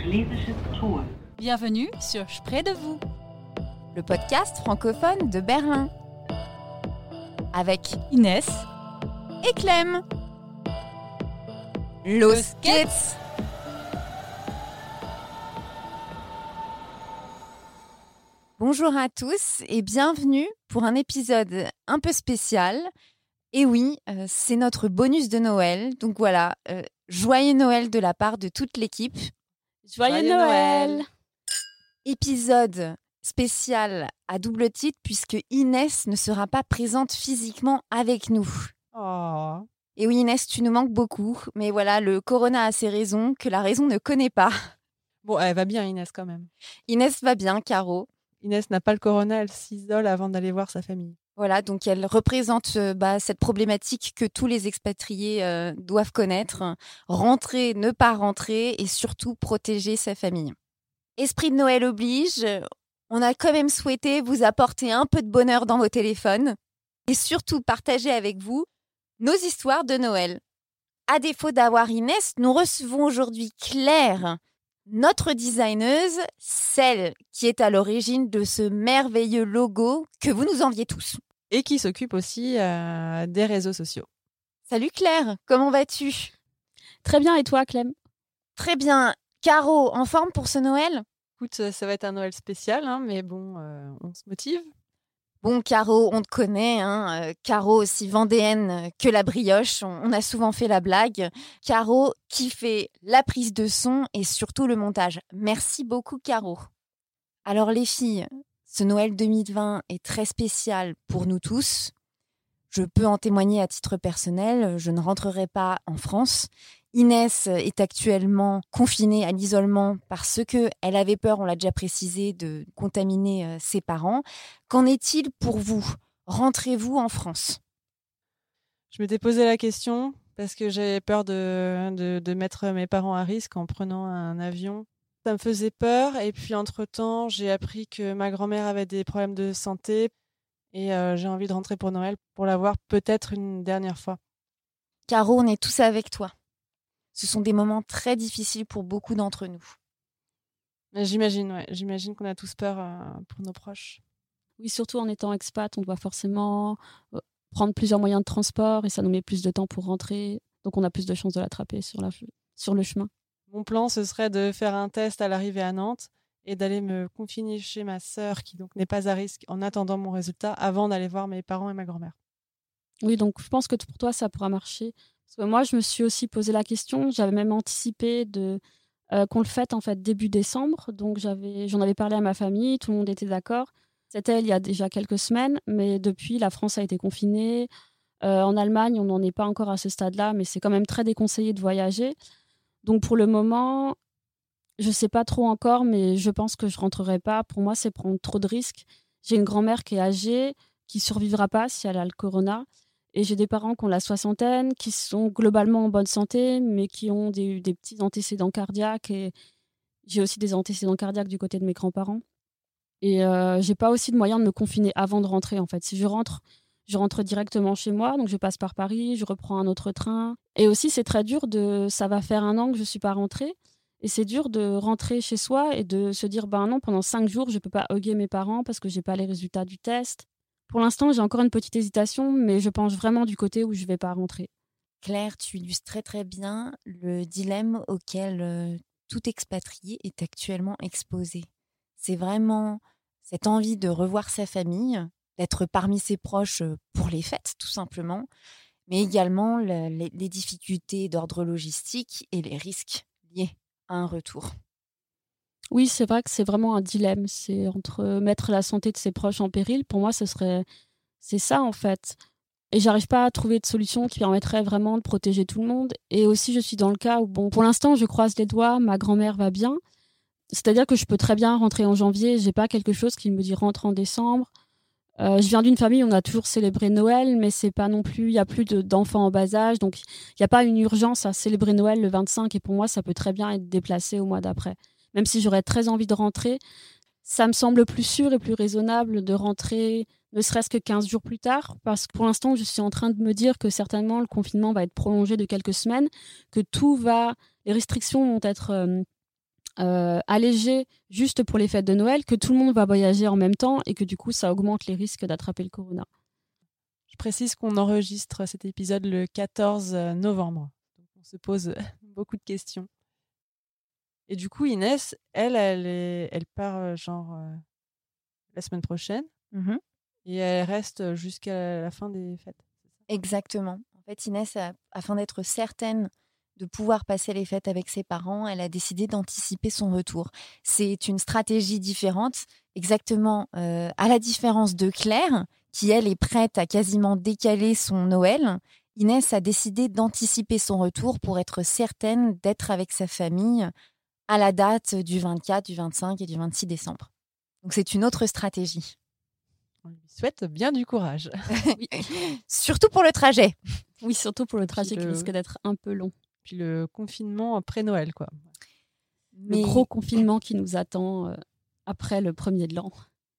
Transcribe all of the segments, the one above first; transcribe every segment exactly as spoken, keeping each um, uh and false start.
Schlesisches Tor. Bienvenue sur Sprès de vous, le podcast francophone de Berlin. Avec Inès et Clem. Los geht's! Bonjour à tous et bienvenue pour un épisode un peu spécial. Et oui, euh, c'est notre bonus de Noël. Donc voilà, euh, joyeux Noël de la part de toute l'équipe. Joyeux, joyeux Noël. Noël Épisode spécial à double titre puisque Inès ne sera pas présente physiquement avec nous. Oh. Et oui Inès, tu nous manques beaucoup. Mais voilà, le corona a ses raisons que la raison ne connaît pas. Bon, elle va bien Inès quand même. Inès va bien, Caro. Inès n'a pas le corona, elle s'isole avant d'aller voir sa famille. Voilà, donc elle représente euh, bah, cette problématique que tous les expatriés euh, doivent connaître. Rentrer, ne pas rentrer et surtout protéger sa famille. Esprit de Noël oblige, on a quand même souhaité vous apporter un peu de bonheur dans vos téléphones et surtout partager avec vous nos histoires de Noël. À défaut d'avoir Inès, nous recevons aujourd'hui Claire, notre designeuse, celle qui est à l'origine de ce merveilleux logo que vous nous enviez tous. Et qui s'occupe aussi euh, des réseaux sociaux. Salut Claire, comment vas-tu ? Très bien, et toi Clem ? Très bien. Caro, en forme pour ce Noël ? Écoute, ça va être un Noël spécial, hein, mais bon, euh, on se motive. Bon, Caro, on te connaît, hein, euh, Caro aussi vendéenne que la brioche, on, on a souvent fait la blague. Caro qui fait la prise de son et surtout le montage. Merci beaucoup Caro. Alors les filles, ce Noël deux mille vingt est très spécial pour nous tous. Je peux en témoigner à titre personnel, je ne rentrerai pas en France. Inès est actuellement confinée à l'isolement parce qu'elle avait peur, on l'a déjà précisé, de contaminer ses parents. Qu'en est-il pour vous ? Rentrez-vous en France ? Je m'étais posé la question parce que j'avais peur de, de, de mettre mes parents à risque en prenant un avion. Ça me faisait peur et puis entre-temps, j'ai appris que ma grand-mère avait des problèmes de santé et euh, j'ai envie de rentrer pour Noël pour la voir peut-être une dernière fois. Caro, on est tous avec toi. Ce sont des moments très difficiles pour beaucoup d'entre nous. J'imagine, ouais. J'imagine qu'on a tous peur euh, pour nos proches. Oui, surtout en étant expat, on doit forcément euh, prendre plusieurs moyens de transport et ça nous met plus de temps pour rentrer. Donc on a plus de chances de l'attraper sur, la, sur le chemin. Mon plan, ce serait de faire un test à l'arrivée à Nantes et d'aller me confiner chez ma sœur, qui donc n'est pas à risque, en attendant mon résultat, avant d'aller voir mes parents et ma grand-mère. Oui, donc je pense que pour toi, ça pourra marcher. Parce que moi, je me suis aussi posé la question. J'avais même anticipé de, euh, qu'on le fête en fait début décembre. Donc j'avais, j'en avais parlé à ma famille, tout le monde était d'accord. C'était il y a déjà quelques semaines, mais depuis, la France a été confinée. Euh, en Allemagne, on n'en est pas encore à ce stade-là, mais c'est quand même très déconseillé de voyager. Donc pour le moment, je ne sais pas trop encore, mais je pense que je ne rentrerai pas. Pour moi, c'est prendre trop de risques. J'ai une grand-mère qui est âgée, qui ne survivra pas si elle a le corona. Et j'ai des parents qui ont la soixantaine, qui sont globalement en bonne santé, mais qui ont des, des petits antécédents cardiaques. Et j'ai aussi des antécédents cardiaques du côté de mes grands-parents. Et euh, j'ai pas aussi de moyen de me confiner avant de rentrer, en fait. Si je rentre, je rentre directement chez moi. Donc, je passe par Paris, je reprends un autre train. Et aussi, c'est très dur de... Ça va faire un an que je suis pas rentrée. Et c'est dur de rentrer chez soi et de se dire, ben non, pendant cinq jours, je peux pas hugger mes parents parce que j'ai pas les résultats du test. Pour l'instant, j'ai encore une petite hésitation, mais je penche vraiment du côté où je ne vais pas rentrer. Claire, tu illustres très très bien le dilemme auquel euh, tout expatrié est actuellement exposé. C'est vraiment cette envie de revoir sa famille, d'être parmi ses proches pour les fêtes, tout simplement, mais également le, les, les difficultés d'ordre logistique et les risques liés à un retour. Oui, c'est vrai que c'est vraiment un dilemme. C'est entre mettre la santé de ses proches en péril. Pour moi, ce serait... c'est ça, en fait. Et j'arrive pas à trouver de solution qui permettrait vraiment de protéger tout le monde. Et aussi, je suis dans le cas où, bon, pour l'instant, je croise les doigts, ma grand-mère va bien. C'est-à-dire que je peux très bien rentrer en janvier. J'ai pas quelque chose qui me dit rentre en décembre. Euh, je viens d'une famille où on a toujours célébré Noël, mais c'est pas non plus... il y a plus de, d'enfants en bas âge. Donc, il n'y a pas une urgence à célébrer Noël le vingt-cinq. Et pour moi, ça peut très bien être déplacé au mois d'après. Même si j'aurais très envie de rentrer, ça me semble plus sûr et plus raisonnable de rentrer ne serait-ce que quinze jours plus tard, parce que pour l'instant, je suis en train de me dire que certainement le confinement va être prolongé de quelques semaines, que tout va, les restrictions vont être euh, euh, allégé juste pour les fêtes de Noël que tout le monde va voyager en même temps et que du coup, ça augmente les risques d'attraper le corona. Je précise qu'on enregistre cet épisode le quatorze novembre. Donc on se pose beaucoup de questions. Et du coup, Inès, elle, elle, est, elle part genre euh, la semaine prochaine Mm-hmm. et elle reste jusqu'à la fin des fêtes. Exactement. En fait, Inès, a- afin d'être certaine de pouvoir passer les fêtes avec ses parents, elle a décidé d'anticiper son retour. C'est une stratégie différente, exactement euh, à la différence de Claire, qui elle est prête à quasiment décaler son Noël. Inès a décidé d'anticiper son retour pour être certaine d'être avec sa famille à la date du vingt-quatre, du vingt-cinq et du vingt-six décembre. Donc c'est une autre stratégie. On lui souhaite bien du courage. Oui. Surtout pour le trajet. Oui, surtout pour le trajet le- qui risque d'être un peu long. Puis le confinement après-Noël, quoi. Le Mais, gros confinement qui nous attend euh, après le premier de l'an.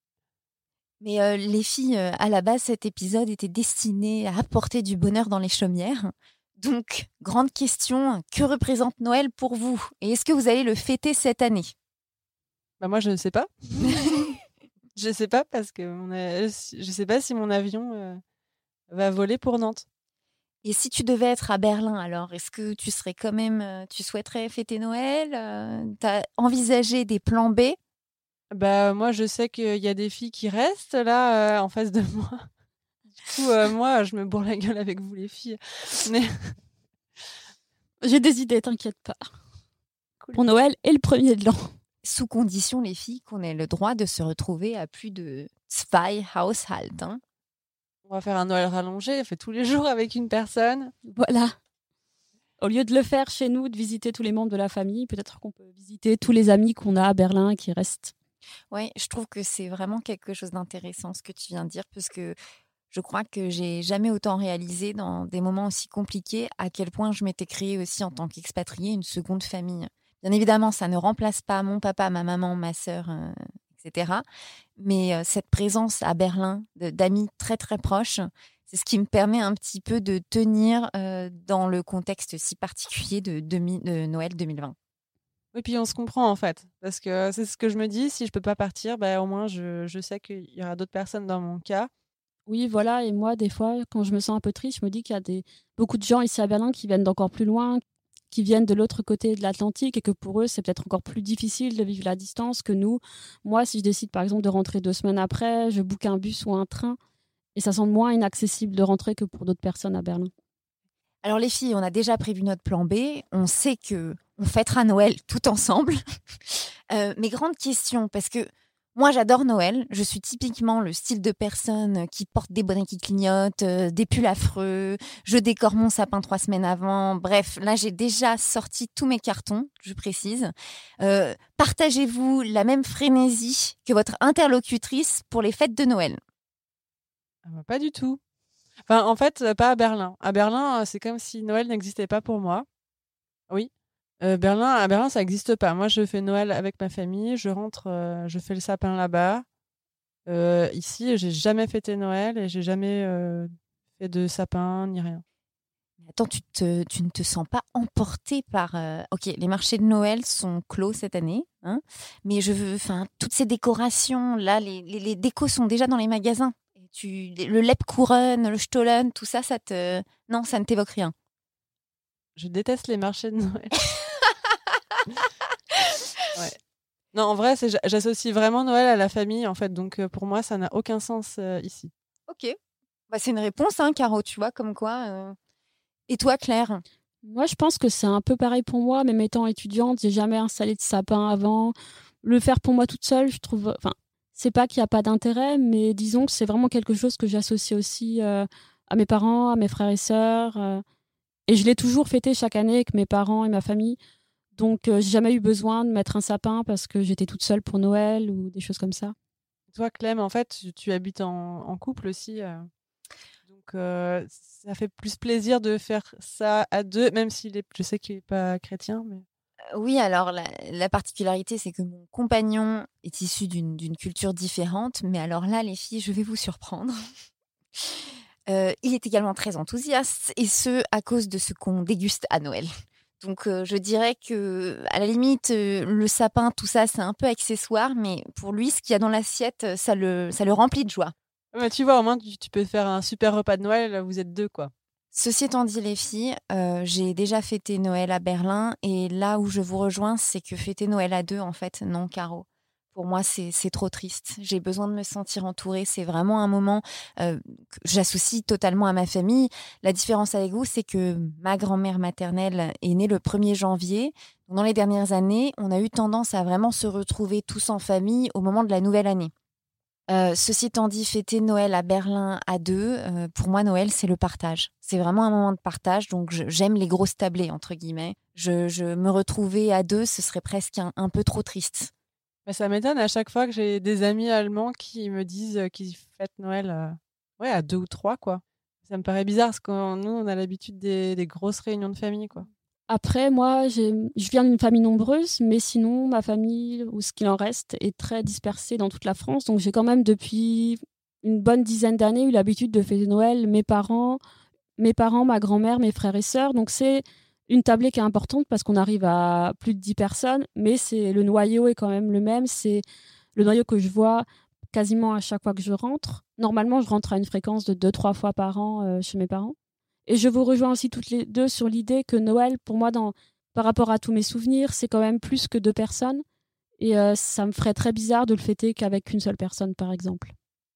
mais euh, les filles, euh, à la base, cet épisode était destiné à apporter du bonheur dans les chaumières. Donc, grande question, que représente Noël pour vous? Et est-ce que vous allez le fêter cette année? Bah moi, je ne sais pas. Je ne sais pas parce que on a... je sais pas si mon avion euh, va voler pour Nantes. Et si tu devais être à Berlin, alors, est-ce que tu serais quand même, euh, tu souhaiterais fêter Noël? euh, T'as envisagé des plans B? Bah moi, je sais qu'il y a des filles qui restent là euh, en face de moi. Du coup, euh, moi, je me bourre la gueule avec vous les filles. Mais J'ai des idées, t'inquiète pas. Cool. Pour Noël et le premier de l'an. Sous condition, les filles, qu'on ait le droit de se retrouver à plus de zwei Haushalt. Hein. on va faire un Noël rallongé, on fait tous les jours avec une personne. Voilà. Au lieu de le faire chez nous, de visiter tous les membres de la famille, peut-être qu'on peut visiter tous les amis qu'on a à Berlin qui restent. Oui, je trouve que c'est vraiment quelque chose d'intéressant ce que tu viens de dire, parce que je crois que j'ai jamais autant réalisé dans des moments aussi compliqués à quel point je m'étais créée aussi en tant qu'expatriée une seconde famille. Bien évidemment, ça ne remplace pas mon papa, ma maman, ma sœur, euh, et cetera. Mais euh, cette présence à Berlin de- d'amis très très proches, c'est ce qui me permet un petit peu de tenir euh, dans le contexte si particulier de, demi- de Noël deux mille vingt. Et puis on se comprend en fait, parce que c'est ce que je me dis, si je peux pas partir, bah, au moins je, je sais qu'il y aura d'autres personnes dans mon cas. Oui, voilà. Et moi, des fois, quand je me sens un peu triste, je me dis qu'il y a des, beaucoup de gens ici à Berlin qui viennent d'encore plus loin, qui viennent de l'autre côté de l'Atlantique et que pour eux, c'est peut-être encore plus difficile de vivre la distance que nous. Moi, si je décide par exemple de rentrer deux semaines après, je book un bus ou un train et ça semble moins inaccessible de rentrer que pour d'autres personnes à Berlin. Alors les filles, on a déjà prévu notre plan B. On sait que on fêtera Noël tout ensemble. euh, mais grande question, parce que moi j'adore Noël. Je suis typiquement le style de personne qui porte des bonnets qui clignotent, euh, des pulls affreux. Je décore mon sapin trois semaines avant. Bref, là j'ai déjà sorti tous mes cartons, je précise. Euh, partagez-vous la même frénésie que votre interlocutrice pour les fêtes de Noël? Ah bah, pas du tout. Enfin, en fait, euh, pas à Berlin. À Berlin, euh, c'est comme si Noël n'existait pas pour moi. Oui. Euh, Berlin, à Berlin, ça n'existe pas. Moi, je fais Noël avec ma famille. Je rentre, euh, je fais le sapin là-bas. Euh, ici, j'ai jamais fêté Noël et j'ai jamais euh, fait de sapin ni rien. Attends, tu, te, tu ne te sens pas emporté par... euh, Ok, les marchés de Noël sont clos cette année, hein, mais je veux... Enfin, toutes ces décorations, là, les, les, les décos sont déjà dans les magasins. Et tu, le Lebkuchen, le Stollen, tout ça, ça te... Non, ça ne t'évoque rien. Je déteste les marchés de Noël. Ouais. Non, en vrai, c'est, j'associe vraiment Noël à la famille, en fait. Donc, euh, pour moi, ça n'a aucun sens euh, ici. Ok. Bah, c'est une réponse, hein, Caro, tu vois, comme quoi... euh. Et toi, Claire? Moi, je pense que c'est un peu pareil pour moi, même étant étudiante, j'ai jamais installé de sapin avant. Le faire pour moi toute seule, je trouve. Enfin, c'est pas qu'il n'y a pas d'intérêt, mais disons que c'est vraiment quelque chose que j'associe aussi euh, à mes parents, à mes frères et sœurs. euh, et je l'ai toujours fêté chaque année avec mes parents et ma famille. Donc, euh, j'ai jamais eu besoin de mettre un sapin parce que j'étais toute seule pour Noël ou des choses comme ça. Toi, Clem, en fait, tu, tu habites en, en couple aussi. euh, Donc, euh, ça fait plus plaisir de faire ça à deux, même s'il est, je sais qu'il n'est pas chrétien. Mais... Oui, alors la, la particularité, c'est que mon compagnon est issu d'une d'une culture différente. Mais alors là, les filles, je vais vous surprendre. Euh, il est également très enthousiaste, et ce, à cause de ce qu'on déguste à Noël. Donc, euh, je dirais que, à la limite, euh, le sapin, tout ça, c'est un peu accessoire, mais pour lui, ce qu'il y a dans l'assiette, ça le, ça le remplit de joie. Mais tu vois, au moins, tu, tu peux faire un super repas de Noël, là, vous êtes deux, quoi. Ceci étant dit, les filles, euh, j'ai déjà fêté Noël à Berlin, et là où je vous rejoins, c'est que fêter Noël à deux, en fait, non, Caro. Pour moi, c'est, c'est trop triste. J'ai besoin de me sentir entourée. C'est vraiment un moment euh, que j'associe totalement à ma famille. La différence avec vous, c'est que ma grand-mère maternelle est née le premier janvier. Dans les dernières années, on a eu tendance à vraiment se retrouver tous en famille au moment de la nouvelle année. Euh, ceci étant dit, fêter Noël à Berlin à deux, euh, pour moi, Noël, c'est le partage. C'est vraiment un moment de partage, donc je, j'aime les grosses tablées, entre guillemets. Je, je me retrouver à deux, ce serait presque un, un peu trop triste. Mais ça m'étonne à chaque fois que j'ai des amis allemands qui me disent qu'ils fêtent Noël euh, ouais, à deux ou trois, quoi. Ça me paraît bizarre parce que nous, on a l'habitude des, des grosses réunions de famille, quoi. Après, moi, j'ai... je viens d'une famille nombreuse, mais sinon, ma famille, ou ce qu'il en reste, est très dispersée dans toute la France. Donc, j'ai quand même, depuis une bonne dizaine d'années, eu l'habitude de fêter Noël, mes parents, mes parents, ma grand-mère, mes frères et sœurs. Donc, c'est une tablée qui est importante parce qu'on arrive à plus de dix personnes, mais c'est, le noyau est quand même le même. C'est le noyau que je vois quasiment à chaque fois que je rentre. Normalement, je rentre à une fréquence de deux trois fois par an euh, chez mes parents. Et je vous rejoins aussi toutes les deux sur l'idée que Noël, pour moi, dans, par rapport à tous mes souvenirs, c'est quand même plus que deux personnes. Et euh, ça me ferait très bizarre de le fêter qu'avec une seule personne, par exemple.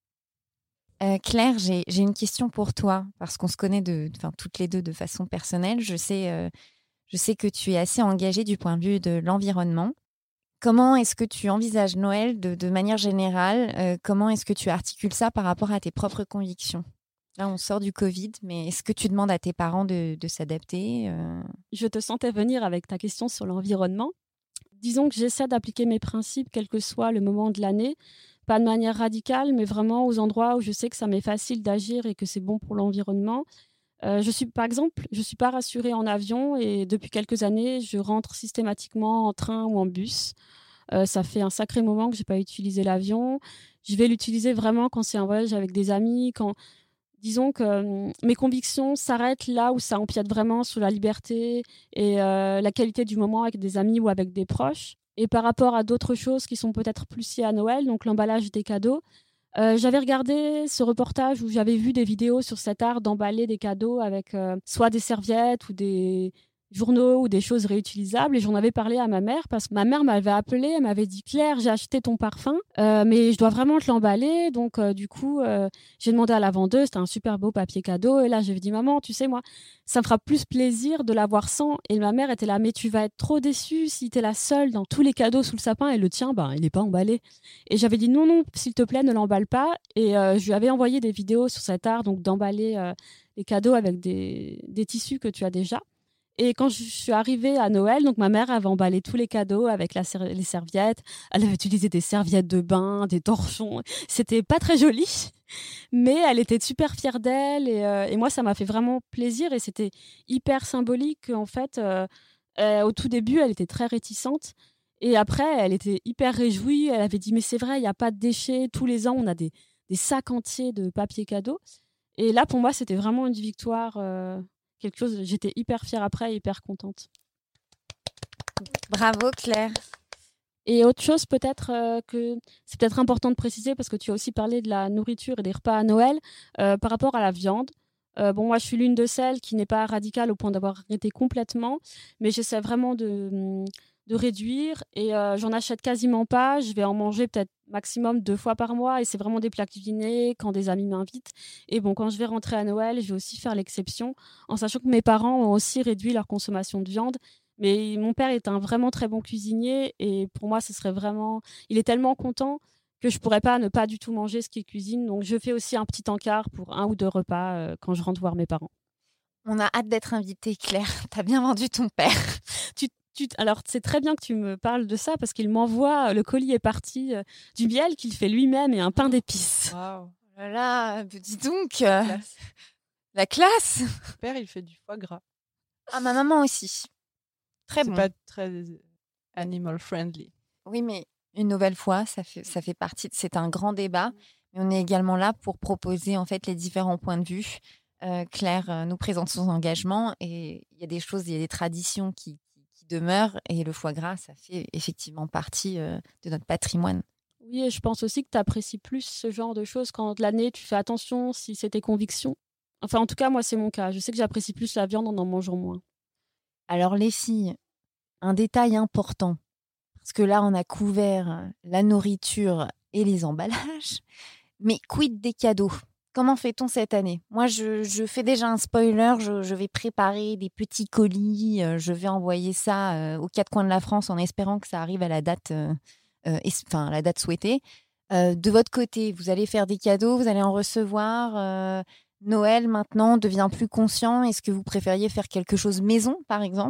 Euh, Claire, j'ai, j'ai une question pour toi, parce qu'on se connaît de, enfin, toutes les deux de façon personnelle. Je sais, euh, je sais que tu es assez engagée du point de vue de l'environnement. Comment est-ce que tu envisages Noël de, de manière générale euh, Comment est-ce que tu articules ça par rapport à tes propres convictions ? Là, on sort du Covid, mais est-ce que tu demandes à tes parents de, de s'adapter euh... Je te sentais venir avec ta question sur l'environnement. Disons que j'essaie d'appliquer mes principes, quel que soit le moment de l'année. Pas de manière radicale, mais vraiment aux endroits où je sais que ça m'est facile d'agir et que c'est bon pour l'environnement. Euh, je suis, par exemple, je ne suis pas rassurée en avion et depuis quelques années, je rentre systématiquement en train ou en bus. Euh, ça fait un sacré moment que je n'ai pas utilisé l'avion. Je vais l'utiliser vraiment quand c'est un voyage avec des amis, quand... Disons que euh, mes convictions s'arrêtent là où ça empiète vraiment sur la liberté et euh, la qualité du moment avec des amis ou avec des proches. Et par rapport à d'autres choses qui sont peut-être plus liées à Noël, donc l'emballage des cadeaux, euh, j'avais regardé ce reportage où j'avais vu des vidéos sur cet art d'emballer des cadeaux avec euh, soit des serviettes ou des journaux ou des choses réutilisables, et j'en avais parlé à ma mère parce que ma mère m'avait appelée, elle m'avait dit: Claire, j'ai acheté ton parfum, euh, mais je dois vraiment te l'emballer. Donc euh, du coup, euh, j'ai demandé à la vendeuse, c'était un super beau papier cadeau, et là je lui ai dit: maman, tu sais, moi, ça me fera plus plaisir de l'avoir sans. Et ma mère était là: mais tu vas être trop déçue si t'es la seule dans tous les cadeaux sous le sapin, et le tien, ben, il n'est pas emballé. Et j'avais dit: non, non, s'il te plaît, ne l'emballe pas. Et euh, je lui avais envoyé des vidéos sur cet art, donc d'emballer euh, les cadeaux avec des, des tissus que tu as déjà. Et quand je suis arrivée à Noël, donc ma mère avait emballé tous les cadeaux avec la ser- les serviettes. Elle avait utilisé des serviettes de bain, des torchons. C'était pas très joli, mais elle était super fière d'elle. Et, euh, et moi, ça m'a fait vraiment plaisir. Et c'était hyper symbolique. En fait, euh, euh, au tout début, elle était très réticente. Et après, elle était hyper réjouie. Elle avait dit: mais c'est vrai, il n'y a pas de déchets. Tous les ans, on a des, des sacs entiers de papier cadeau. Et là, pour moi, c'était vraiment une victoire. Euh, quelque chose, j'étais hyper fière après, hyper contente. Bravo Claire. Et autre chose peut-être euh, que c'est peut-être important de préciser, parce que tu as aussi parlé de la nourriture et des repas à Noël, euh, par rapport à la viande. Euh, bon, moi, je suis l'une de celles qui n'est pas radicale au point d'avoir arrêté complètement, mais j'essaie vraiment de, de réduire, et euh, j'en achète quasiment pas. Je vais en manger peut-être maximum deux fois par mois, et c'est vraiment des plats cuisinés quand des amis m'invitent. Et bon, quand je vais rentrer à Noël, je vais aussi faire l'exception, en sachant que mes parents ont aussi réduit leur consommation de viande. Mais mon père est un vraiment très bon cuisinier, et pour moi, ce serait vraiment... Il est tellement content que je pourrais pas ne pas du tout manger ce qu'il cuisine. Donc, je fais aussi un petit encart pour un ou deux repas euh, quand je rentre voir mes parents. On a hâte d'être invité, Claire. T'as bien vendu ton père. tu, tu, alors, c'est très bien que tu me parles de ça, parce qu'il m'envoie, le colis est parti, euh, du miel qu'il fait lui-même et un pain d'épices. Waouh. Oh là là, dis donc, euh, la classe. Mon père, il fait du foie gras. Ah, ma maman aussi. Très c'est bon. pas très animal friendly. Oui, mais une nouvelle fois, ça fait, ça fait partie, de, c'est un grand débat, mais on est également là pour proposer en fait les différents points de vue. euh, Claire euh, nous présente son engagement et il y a des choses, il y a des traditions qui, qui, qui demeurent et le foie gras, ça fait effectivement partie euh, de notre patrimoine. Oui, et je pense aussi que tu apprécies plus ce genre de choses quand l'année, tu fais attention si c'est tes convictions. Enfin, en tout cas, moi, c'est mon cas. Je sais que j'apprécie plus la viande en en mangeant moins. Alors les filles, un détail important, parce que là, on a couvert la nourriture et les emballages, mais quid des cadeaux ? Comment fait-on cette année ? Moi, je, je fais déjà un spoiler, je, je vais préparer des petits colis, euh, je vais envoyer ça euh, aux quatre coins de la France en espérant que ça arrive à la date, euh, euh, es- enfin, la date souhaitée. Euh, de votre côté, vous allez faire des cadeaux, vous allez en recevoir. euh, Noël, maintenant, devient plus conscient. Est-ce que vous préfériez faire quelque chose maison, par exemple ?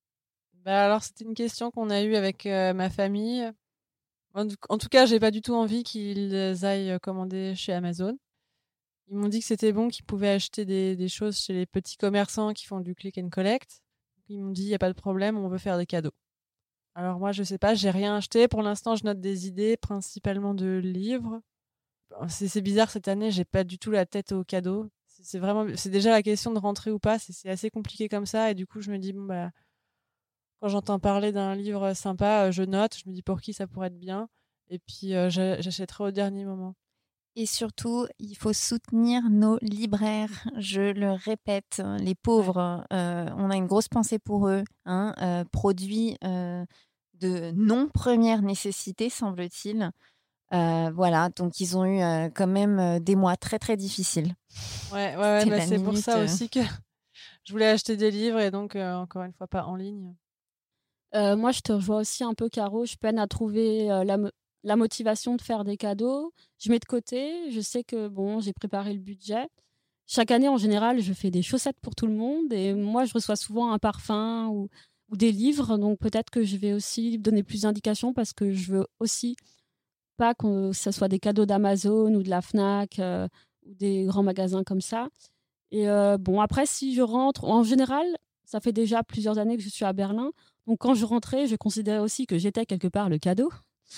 Bah alors, c'était une question qu'on a eue avec euh, ma famille. En, tout- en tout cas, j'ai pas du tout envie qu'ils aillent commander chez Amazon. Ils m'ont dit que c'était bon, qu'ils pouvaient acheter des, des choses chez les petits commerçants qui font du click and collect. Ils m'ont dit, il n'y a pas de problème, on veut faire des cadeaux. Alors moi, je sais pas, j'ai rien acheté. Pour l'instant, je note des idées, principalement de livres. C'est c'est bizarre cette année, j'ai pas du tout la tête aux cadeaux. C'est c'est vraiment, c'est déjà la question de rentrer ou pas. C'est c'est assez compliqué comme ça, et du coup, je me dis bon bah, quand j'entends parler d'un livre sympa, euh, je note. Je me dis pour qui ça pourrait être bien, et puis euh, j'a- j'achèterai au dernier moment. Et surtout, il faut soutenir nos libraires. Je le répète, les Ouais. pauvres, euh, on a une grosse pensée pour eux. Hein, euh, produits euh, de non première nécessité, semble-t-il. Euh, voilà, donc ils ont eu euh, quand même euh, des mois très très difficiles. Ouais, ouais, ouais, C'était bah, la c'est pour minute. ça euh, aussi que je voulais acheter des livres et donc euh, encore une fois pas en ligne. Euh, moi, je te rejoins aussi un peu, Caro. Je peine à trouver euh, la, mo- la motivation de faire des cadeaux. Je mets de côté. Je sais que bon, j'ai préparé le budget. Chaque année, en général, je fais des chaussettes pour tout le monde. Et moi, je reçois souvent un parfum ou, ou des livres. Donc peut-être que je vais aussi donner plus d'indications parce que je veux aussi pas que ce soit des cadeaux d'Amazon ou de la Fnac euh, ou des grands magasins comme ça. Et euh, bon, après, si je rentre, en général, ça fait déjà plusieurs années que je suis à Berlin. Donc quand je rentrais, je considérais aussi que j'étais quelque part le cadeau.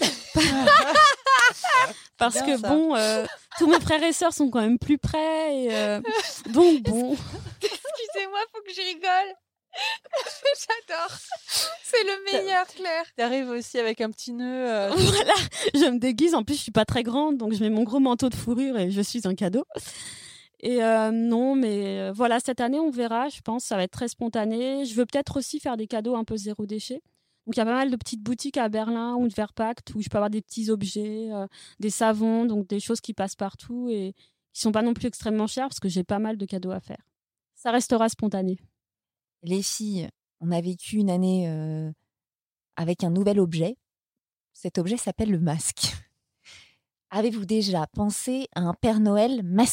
Parce Bien que ça. bon, euh, tous mes frères et sœurs sont quand même plus près. Et, euh, donc bon, Excusez-moi, faut que je rigole. J'adore. C'est le meilleur, Claire. T'arrives aussi avec un petit nœud. euh, voilà, je me déguise. En plus, je suis pas très grande, donc je mets mon gros manteau de fourrure et je suis un cadeau. Et euh, non, mais euh, voilà, cette année, on verra. Je pense ça va être très spontané. Je veux peut-être aussi faire des cadeaux un peu zéro déchet. Donc, il y a pas mal de petites boutiques à Berlin ou de Verpackt où je peux avoir des petits objets, euh, des savons, donc des choses qui passent partout et qui sont pas non plus extrêmement chères parce que j'ai pas mal de cadeaux à faire. Ça restera spontané. Les filles, on a vécu une année euh, avec un nouvel objet. Cet objet s'appelle le masque. Avez-vous déjà pensé à un Père Noël masqué ?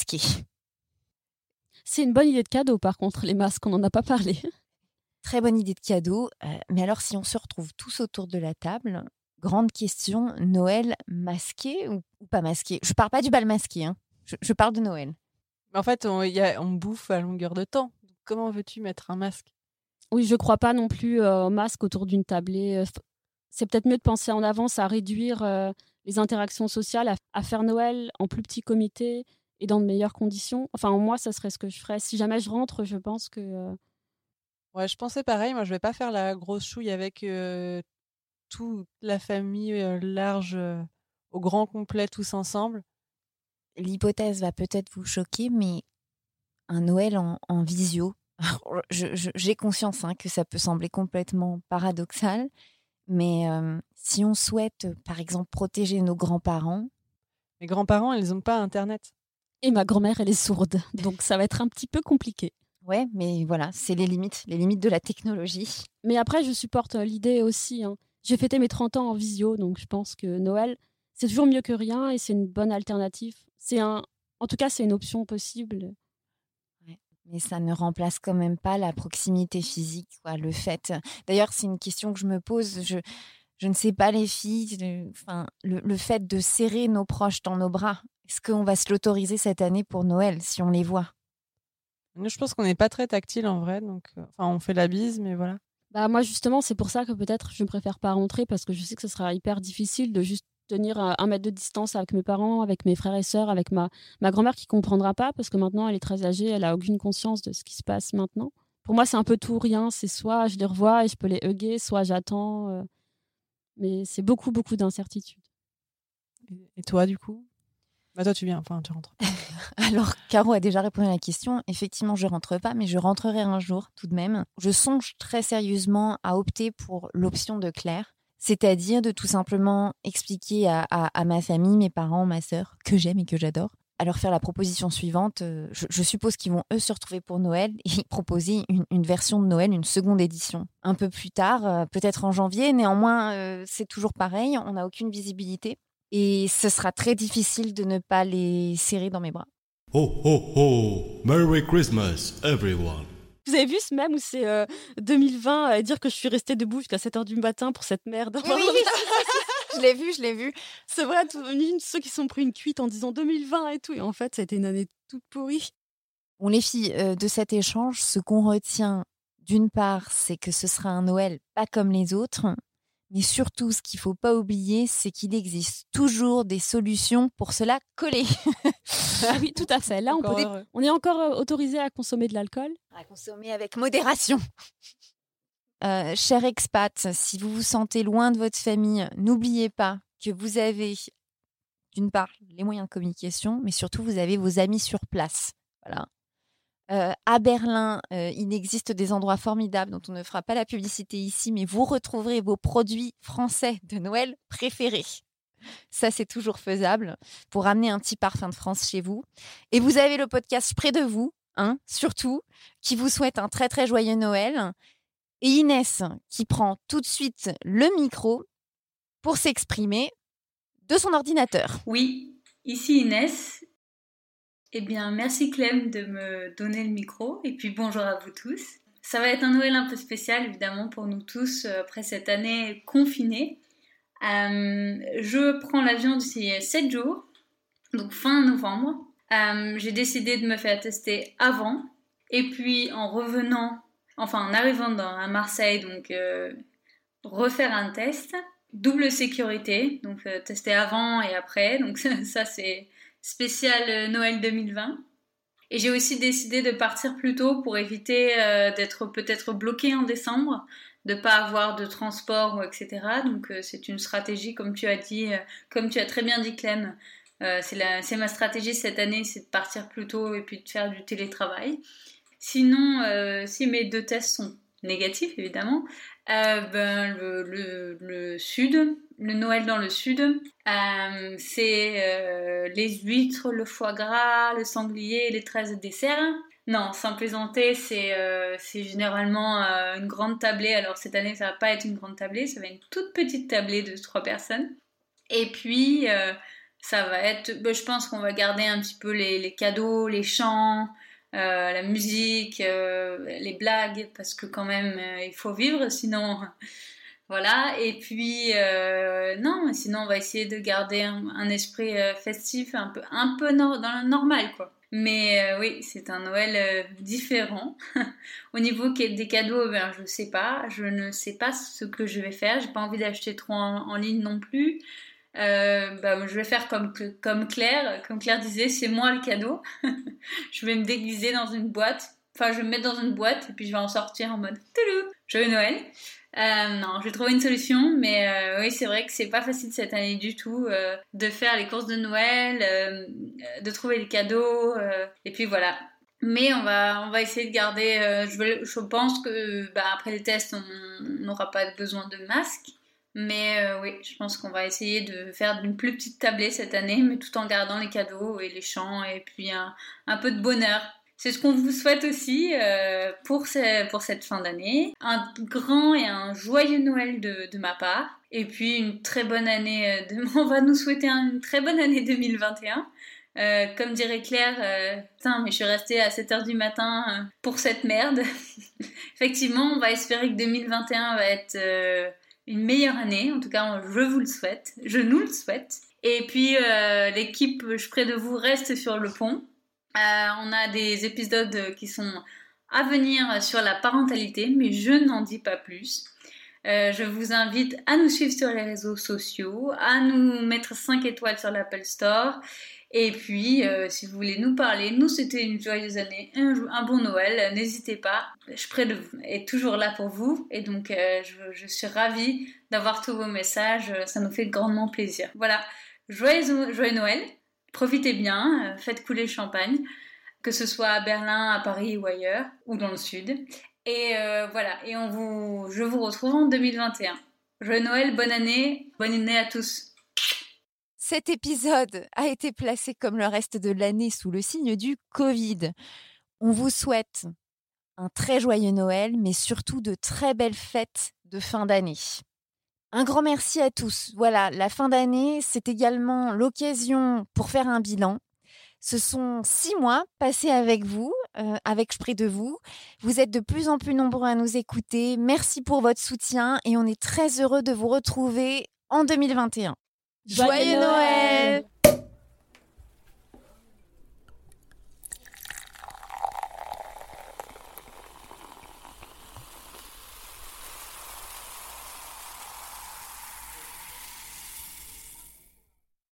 C'est une bonne idée de cadeau, par contre, les masques, on n'en a pas parlé. Très bonne idée de cadeau. Euh, mais alors, si on se retrouve tous autour de la table, grande question, Noël masqué ou, ou pas masqué ? Je parle pas du bal masqué, hein. je, je parle de Noël. En fait, on, y a- on bouffe à longueur de temps. Donc, comment veux-tu mettre un masque ? Oui, je crois pas non plus euh, au masque autour d'une tablée. Euh, f- C'est peut-être mieux de penser en avance à réduire euh, les interactions sociales, à, à faire Noël en plus petit comité et dans de meilleures conditions. Enfin, moi, ça serait ce que je ferais. Si jamais je rentre, je pense que... euh, Ouais, je pensais pareil. Moi, je vais pas faire la grosse chouille avec euh, toute la famille euh, large, euh, au grand complet, tous ensemble. L'hypothèse va peut-être vous choquer, mais un Noël en, en visio, alors, je- je- j'ai conscience hein, que ça peut sembler complètement paradoxal, mais euh, si on souhaite, par exemple, protéger nos grands-parents, Mes grands-parents, ils ont pas Internet. Et ma grand-mère, elle est sourde. Donc, ça va être un petit peu compliqué. ouais, mais voilà, c'est les limites, les limites de la technologie. Mais après, je supporte euh, l'idée aussi. hein. J'ai fêté mes trente ans en visio, donc je pense que Noël, c'est toujours mieux que rien et c'est une bonne alternative. C'est un... En tout cas, c'est une option possible. Ouais. Mais ça ne remplace quand même pas la proximité physique, quoi, le fait. D'ailleurs, c'est une question que je me pose. Je, je ne sais pas, les filles, le, enfin, le, le fait de serrer nos proches dans nos bras, est-ce qu'on va se l'autoriser cette année pour Noël, si on les voit ? Nous, je pense qu'on n'est pas très tactile en vrai. Donc, euh, enfin, on fait la bise, mais voilà. Bah moi justement, c'est pour ça que peut-être je ne préfère pas rentrer parce que je sais que ce sera hyper difficile de juste tenir à un mètre de distance avec mes parents, avec mes frères et sœurs, avec ma, ma grand-mère qui ne comprendra pas parce que maintenant, elle est très âgée, elle n'a aucune conscience de ce qui se passe maintenant. Pour moi, c'est un peu tout ou rien. C'est soit je les revois et je peux les hugger, soit j'attends. Euh, mais c'est beaucoup, beaucoup d'incertitudes. Et toi, du coup ? Bah toi, tu viens, enfin, tu rentres. Alors, Caro a déjà répondu à la question. Effectivement, je rentre pas, mais je rentrerai un jour tout de même. Je songe très sérieusement à opter pour l'option de Claire, c'est-à-dire de tout simplement expliquer à, à, à ma famille, mes parents, ma sœur, que j'aime et que j'adore, à leur faire la proposition suivante. Je, je suppose qu'ils vont, eux, se retrouver pour Noël et proposer une, une version de Noël, une seconde édition. Un peu plus tard, peut-être en janvier. Néanmoins, euh, c'est toujours pareil, on n'a aucune visibilité. Et ce sera très difficile de ne pas les serrer dans mes bras. Ho ho ho! Merry Christmas, everyone! Vous avez vu ce mème où c'est euh, deux mille vingt, euh, dire que je suis restée debout jusqu'à sept heures du matin pour cette merde. Oui, oui, je l'ai vu, je l'ai vu. C'est vrai, tout, ceux qui se sont pris une cuite en disant deux mille vingt et tout. Et en fait, ça a été une année toute pourrie. Bon, les filles, euh, de cet échange, ce qu'on retient, d'une part, c'est que ce sera un Noël pas comme les autres. Mais surtout, ce qu'il ne faut pas oublier, c'est qu'il existe toujours des solutions pour se la coller. Ah oui, tout à fait. Là, on, peut, on est encore autorisé à consommer de l'alcool. À consommer avec modération. Euh, chers expats, si vous vous sentez loin de votre famille, n'oubliez pas que vous avez, d'une part, les moyens de communication, mais surtout, vous avez vos amis sur place. Voilà. Euh, à Berlin, euh, il existe des endroits formidables dont on ne fera pas la publicité ici, mais vous retrouverez vos produits français de Noël préférés. Ça, c'est toujours faisable pour amener un petit parfum de France chez vous. Et vous avez le podcast près de vous, hein, surtout, qui vous souhaite un très très joyeux Noël. Et Inès qui prend tout de suite le micro pour s'exprimer de son ordinateur. Oui, ici Inès. Eh bien, merci Clem de me donner le micro et puis bonjour à vous tous. Ça va être un Noël un peu spécial évidemment pour nous tous après cette année confinée. Euh, je prends l'avion d'ici sept jours, donc fin novembre. Euh, j'ai décidé de me faire tester avant et puis en revenant, enfin en arrivant dans, à Marseille, donc euh, refaire un test. Double sécurité, donc euh, tester avant et après, donc ça c'est spécial Noël deux mille vingt. Et j'ai aussi décidé de partir plus tôt pour éviter euh, d'être peut-être bloquée en décembre, de pas avoir de transport, et cetera. Donc euh, c'est une stratégie, comme tu as dit, euh, comme tu as très bien dit Clem, euh, c'est, la, c'est ma stratégie cette année, c'est de partir plus tôt et puis de faire du télétravail. Sinon, euh, si mes deux tests sont négatifs évidemment, euh, ben, le, le, le sud, le Noël dans le sud, euh, c'est euh, les huîtres, le foie gras, le sanglier, les treize desserts. Non, sans plaisanter, c'est, euh, c'est généralement euh, une grande tablée. Alors cette année, ça va pas être une grande tablée, ça va être une toute petite tablée de trois personnes. Et puis, euh, ça va être, ben, je pense qu'on va garder un petit peu les, les cadeaux, les chants, Euh, la musique, euh, les blagues, parce que quand même euh, il faut vivre, sinon voilà. Et puis euh, non, sinon on va essayer de garder un, un esprit euh, festif, un peu, un peu no- dans le normal quoi. Mais euh, oui, c'est un Noël euh, différent. Au niveau des cadeaux, ben je sais pas, je ne sais pas ce que je vais faire. J'ai pas envie d'acheter trop en, en ligne non plus. Euh, bah, je vais faire comme, comme Claire, comme Claire disait, c'est moi le cadeau. Je vais me déguiser dans une boîte, enfin je vais me mettre dans une boîte et puis je vais en sortir en mode toulou, joyeux Noël. Euh, non, j'ai trouvé une solution, mais euh, oui, c'est vrai que c'est pas facile cette année du tout euh, de faire les courses de Noël, euh, de trouver les cadeaux, euh, et puis voilà. Mais on va, on va essayer de garder. Euh, je, veux, je pense que bah, après les tests, on n'aura pas besoin de masque. Mais euh, oui, je pense qu'on va essayer de faire une plus petite tablée cette année, mais tout en gardant les cadeaux et les chants et puis un, un peu de bonheur. C'est ce qu'on vous souhaite aussi euh, pour, ce, pour cette fin d'année. Un grand et un joyeux Noël de, de ma part. Et puis une très bonne année. De, on va nous souhaiter une très bonne année deux mille vingt et un. Euh, comme dirait Claire, euh, putain, mais je suis restée à sept heures du matin euh, pour cette merde. Effectivement, on va espérer que deux mille vingt et un va être... Euh, une meilleure année, en tout cas je vous le souhaite, je nous le souhaite. Et puis euh, l'équipe Je près de vous reste sur le pont. Euh, on a des épisodes qui sont à venir sur la parentalité, mais je n'en dis pas plus. Euh, je vous invite à nous suivre sur les réseaux sociaux, à nous mettre cinq étoiles sur l'Apple Store. Et puis, euh, si vous voulez nous parler, nous souhaiter une joyeuse année, un, un bon Noël, n'hésitez pas. Je suis près de vous et toujours là pour vous. Et donc, euh, je, je suis ravie d'avoir tous vos messages. Ça nous fait grandement plaisir. Voilà, joyeux, joyeux Noël. Profitez bien, faites couler le champagne, que ce soit à Berlin, à Paris ou ailleurs, ou dans le sud. Et euh, voilà, et on vous, je vous retrouve en deux mille vingt et un. Joyeux Noël, bonne année, bonne année à tous. Cet épisode a été placé comme le reste de l'année sous le signe du Covid. On vous souhaite un très joyeux Noël, mais surtout de très belles fêtes de fin d'année. Un grand merci à tous. Voilà, la fin d'année, c'est également l'occasion pour faire un bilan. Ce sont six mois passés avec vous, euh, avec près de vous. Vous êtes de plus en plus nombreux à nous écouter. Merci pour votre soutien et on est très heureux de vous retrouver en deux mille vingt et un. Joyeux, Joyeux Noël, Noël